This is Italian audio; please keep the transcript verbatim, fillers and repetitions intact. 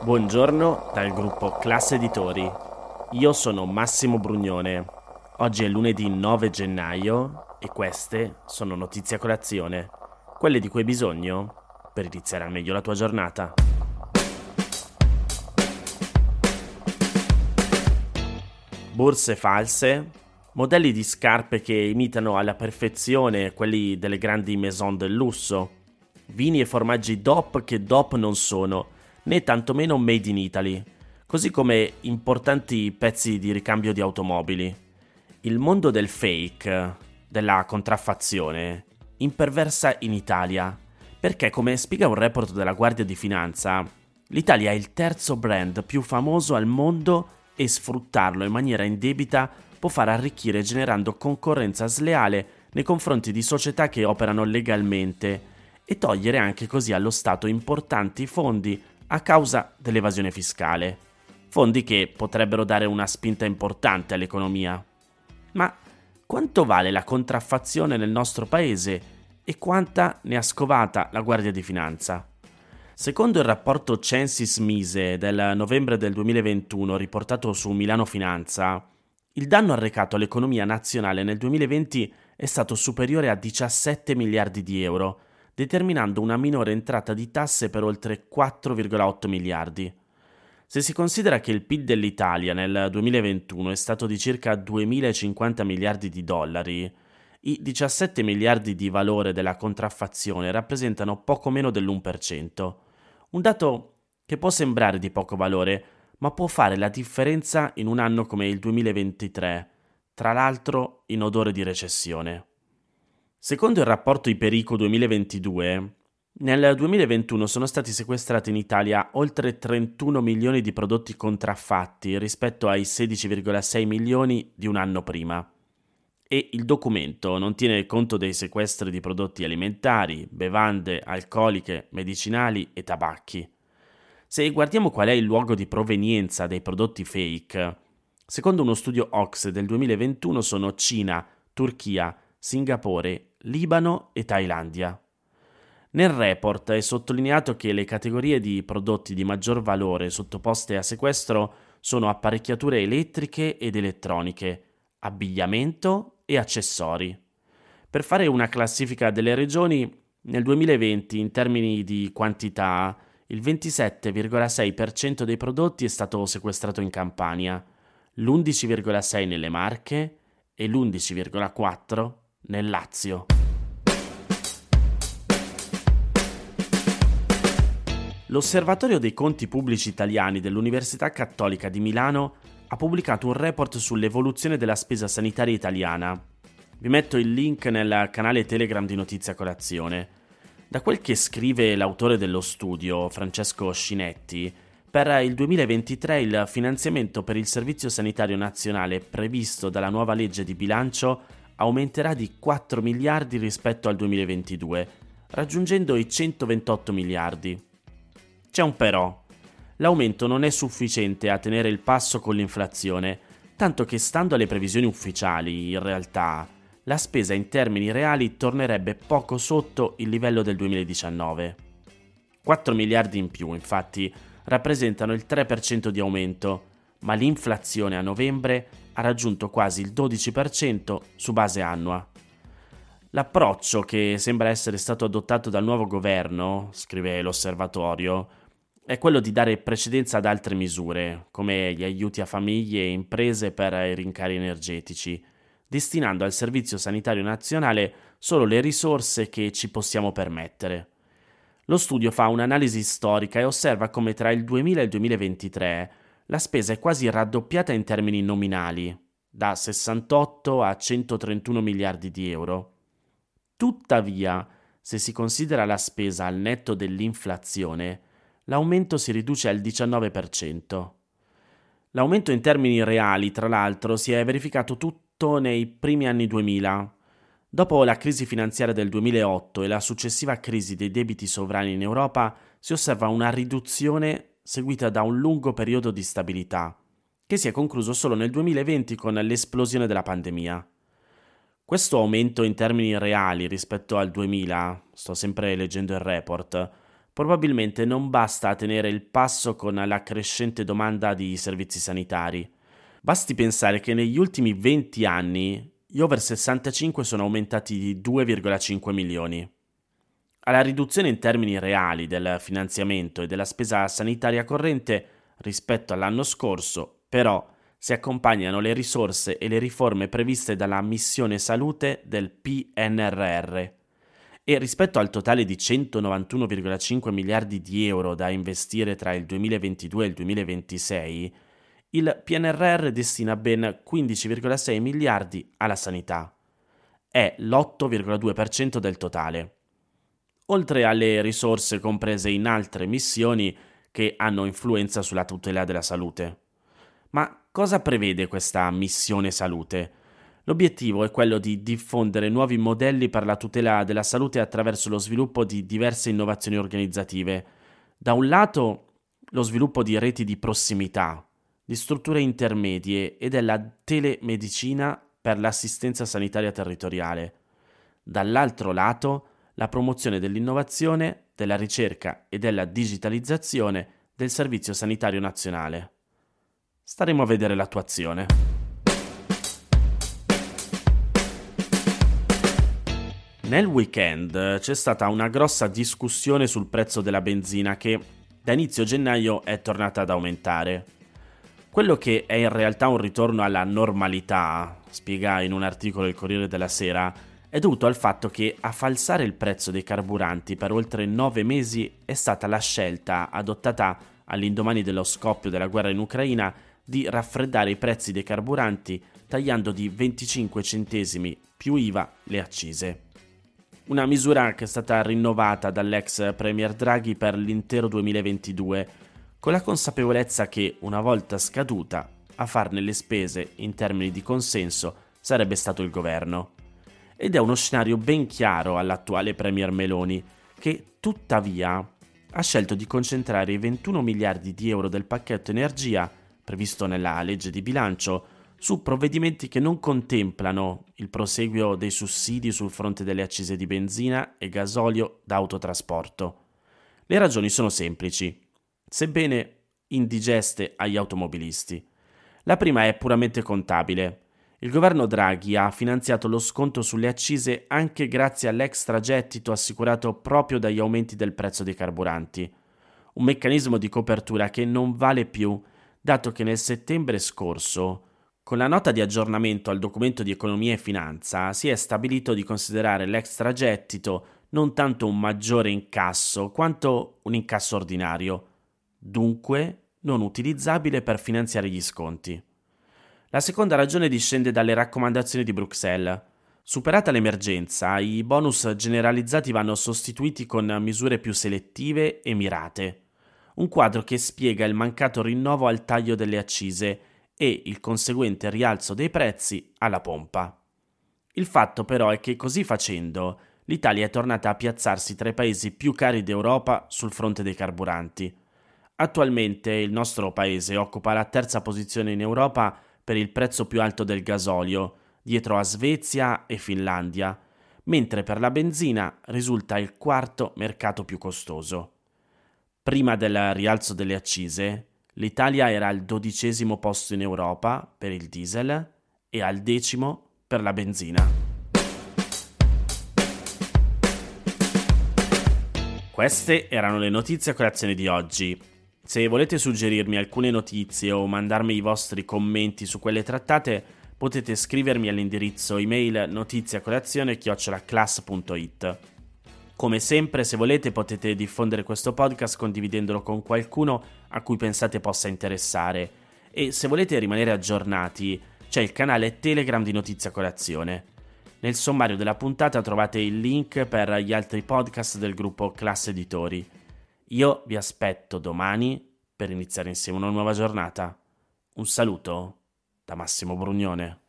Buongiorno dal gruppo Classe Editori. Io sono Massimo Brugnone. Oggi è lunedì nove gennaio e queste sono notizie a colazione, quelle di cui hai bisogno per iniziare al meglio la tua giornata. Borse false, modelli di scarpe che imitano alla perfezione quelli delle grandi maison del lusso, vini e formaggi D O P che D O P non sono, né tantomeno made in Italy, così come importanti pezzi di ricambio di automobili. Il mondo del fake, della contraffazione, imperversa in Italia, perché come spiega un report della Guardia di Finanza, l'Italia è il terzo brand più famoso al mondo e sfruttarlo in maniera indebita può far arricchire generando concorrenza sleale nei confronti di società che operano legalmente e togliere anche così allo Stato importanti fondi a causa dell'evasione fiscale, fondi che potrebbero dare una spinta importante all'economia. Ma quanto vale la contraffazione nel nostro paese e quanta ne ha scovata la Guardia di Finanza? Secondo il rapporto Censis Mise del novembre del duemilaventuno riportato su Milano Finanza, il danno arrecato all'economia nazionale nel duemilaventi è stato superiore a diciassette miliardi di euro, determinando una minore entrata di tasse per oltre quattro virgola otto miliardi. Se si considera che il P I L dell'Italia nel duemilaventuno è stato di circa duemilacinquanta miliardi di dollari, i diciassette miliardi di valore della contraffazione rappresentano poco meno dell'uno per cento. Un dato che può sembrare di poco valore, ma può fare la differenza in un anno come il duemilaventitré, tra l'altro in odore di recessione. Secondo il rapporto Iperico duemilaventidue, nel duemilaventuno sono stati sequestrati in Italia oltre trentuno milioni di prodotti contraffatti rispetto ai sedici virgola sei milioni di un anno prima. E il documento non tiene conto dei sequestri di prodotti alimentari, bevande, alcoliche, medicinali e tabacchi. Se guardiamo qual è il luogo di provenienza dei prodotti fake, secondo uno studio O C S E del duemilaventuno sono Cina, Turchia, Singapore, Libano e Thailandia. Nel report è sottolineato che le categorie di prodotti di maggior valore sottoposte a sequestro sono apparecchiature elettriche ed elettroniche, abbigliamento e accessori. Per fare una classifica delle regioni, nel duemilaventi in termini di quantità, il ventisette virgola sei per cento dei prodotti è stato sequestrato in Campania, l'undici virgola sei per cento nelle Marche e l'undici virgola quattro per cento nel Lazio. L'Osservatorio dei conti pubblici italiani dell'Università Cattolica di Milano ha pubblicato un report sull'evoluzione della spesa sanitaria italiana. Vi metto il link nel canale Telegram di Notizia Colazione. Da quel che scrive l'autore dello studio, Francesco Scinetti, per il duemilaventitré il finanziamento per il Servizio Sanitario Nazionale previsto dalla nuova legge di bilancio aumenterà di quattro miliardi rispetto al duemilaventidue, raggiungendo i centoventotto miliardi. C'è un però. L'aumento non è sufficiente a tenere il passo con l'inflazione, tanto che stando alle previsioni ufficiali, in realtà, la spesa in termini reali tornerebbe poco sotto il livello del duemiladiciannove. quattro miliardi in più, infatti, rappresentano il tre per cento di aumento, ma l'inflazione a novembre ha raggiunto quasi il dodici per cento su base annua. L'approccio che sembra essere stato adottato dal nuovo governo, scrive l'osservatorio, è quello di dare precedenza ad altre misure, come gli aiuti a famiglie e imprese per i rincari energetici, destinando al Servizio Sanitario Nazionale solo le risorse che ci possiamo permettere. Lo studio fa un'analisi storica e osserva come tra il duemila e il duemilaventitré la spesa è quasi raddoppiata in termini nominali, da sessantotto a centotrentuno miliardi di euro. Tuttavia, se si considera la spesa al netto dell'inflazione, l'aumento si riduce al diciannove per cento. L'aumento in termini reali, tra l'altro, si è verificato tutto nei primi anni duemila. Dopo la crisi finanziaria del duemilaotto e la successiva crisi dei debiti sovrani in Europa, si osserva una riduzione seguita da un lungo periodo di stabilità, che si è concluso solo nel duemilaventi con l'esplosione della pandemia. Questo aumento in termini reali rispetto al duemila, sto sempre leggendo il report, probabilmente non basta tenere il passo con la crescente domanda di servizi sanitari. Basti pensare che negli ultimi venti anni gli over sessantacinque sono aumentati di due virgola cinque milioni. Alla riduzione in termini reali del finanziamento e della spesa sanitaria corrente rispetto all'anno scorso, però, si accompagnano le risorse e le riforme previste dalla missione salute del P N R R. E rispetto al totale di centonovantuno virgola cinque miliardi di euro da investire tra il duemilaventidue e il duemilaventisei, il P N R R destina ben quindici virgola sei miliardi alla sanità. È l'otto virgola due per cento del totale. Oltre alle risorse comprese in altre missioni che hanno influenza sulla tutela della salute. Ma cosa prevede questa missione salute? L'obiettivo è quello di diffondere nuovi modelli per la tutela della salute attraverso lo sviluppo di diverse innovazioni organizzative. Da un lato, lo sviluppo di reti di prossimità, di strutture intermedie e della telemedicina per l'assistenza sanitaria territoriale. Dall'altro lato, la promozione dell'innovazione, della ricerca e della digitalizzazione del Servizio Sanitario Nazionale. Staremo a vedere l'attuazione. Nel weekend c'è stata una grossa discussione sul prezzo della benzina che da inizio gennaio è tornata ad aumentare. Quello che è in realtà un ritorno alla normalità, spiega in un articolo il Corriere della Sera, è dovuto al fatto che a falsare il prezzo dei carburanti per oltre nove mesi è stata la scelta adottata all'indomani dello scoppio della guerra in Ucraina di raffreddare i prezzi dei carburanti tagliando di venticinque centesimi più I V A le accise. Una misura che è stata rinnovata dall'ex premier Draghi per l'intero duemilaventidue, con la consapevolezza che, una volta scaduta, a farne le spese in termini di consenso sarebbe stato il governo. Ed è uno scenario ben chiaro all'attuale premier Meloni, che tuttavia ha scelto di concentrare i ventuno miliardi di euro del pacchetto energia previsto nella legge di bilancio, su provvedimenti che non contemplano il proseguio dei sussidi sul fronte delle accise di benzina e gasolio da autotrasporto. Le ragioni sono semplici, sebbene indigeste agli automobilisti. La prima è puramente contabile. Il governo Draghi ha finanziato lo sconto sulle accise anche grazie all'extragettito assicurato proprio dagli aumenti del prezzo dei carburanti. Un meccanismo di copertura che non vale più, dato che nel settembre scorso, con la nota di aggiornamento al documento di economia e finanza, si è stabilito di considerare l'extragettito non tanto un maggiore incasso, quanto un incasso ordinario, dunque non utilizzabile per finanziare gli sconti. La seconda ragione discende dalle raccomandazioni di Bruxelles. Superata l'emergenza, i bonus generalizzati vanno sostituiti con misure più selettive e mirate. Un quadro che spiega il mancato rinnovo al taglio delle accise e il conseguente rialzo dei prezzi alla pompa. Il fatto però è che così facendo l'Italia è tornata a piazzarsi tra i paesi più cari d'Europa sul fronte dei carburanti. Attualmente il nostro paese occupa la terza posizione in Europa per il prezzo più alto del gasolio, dietro a Svezia e Finlandia, mentre per la benzina risulta il quarto mercato più costoso. Prima del rialzo delle accise, l'Italia era al dodicesimo posto in Europa per il diesel e al decimo per la benzina. Queste erano le notizie a colazione di oggi. Se volete suggerirmi alcune notizie o mandarmi i vostri commenti su quelle trattate, potete scrivermi all'indirizzo email notiziacolazione chiocciola class punto it. Come sempre, se volete, potete diffondere questo podcast condividendolo con qualcuno a cui pensate possa interessare. E se volete rimanere aggiornati, c'è il canale Telegram di Notizia Colazione. Nel sommario della puntata trovate il link per gli altri podcast del gruppo Class Editori. Io vi aspetto domani per iniziare insieme una nuova giornata. Un saluto da Massimo Brugnone.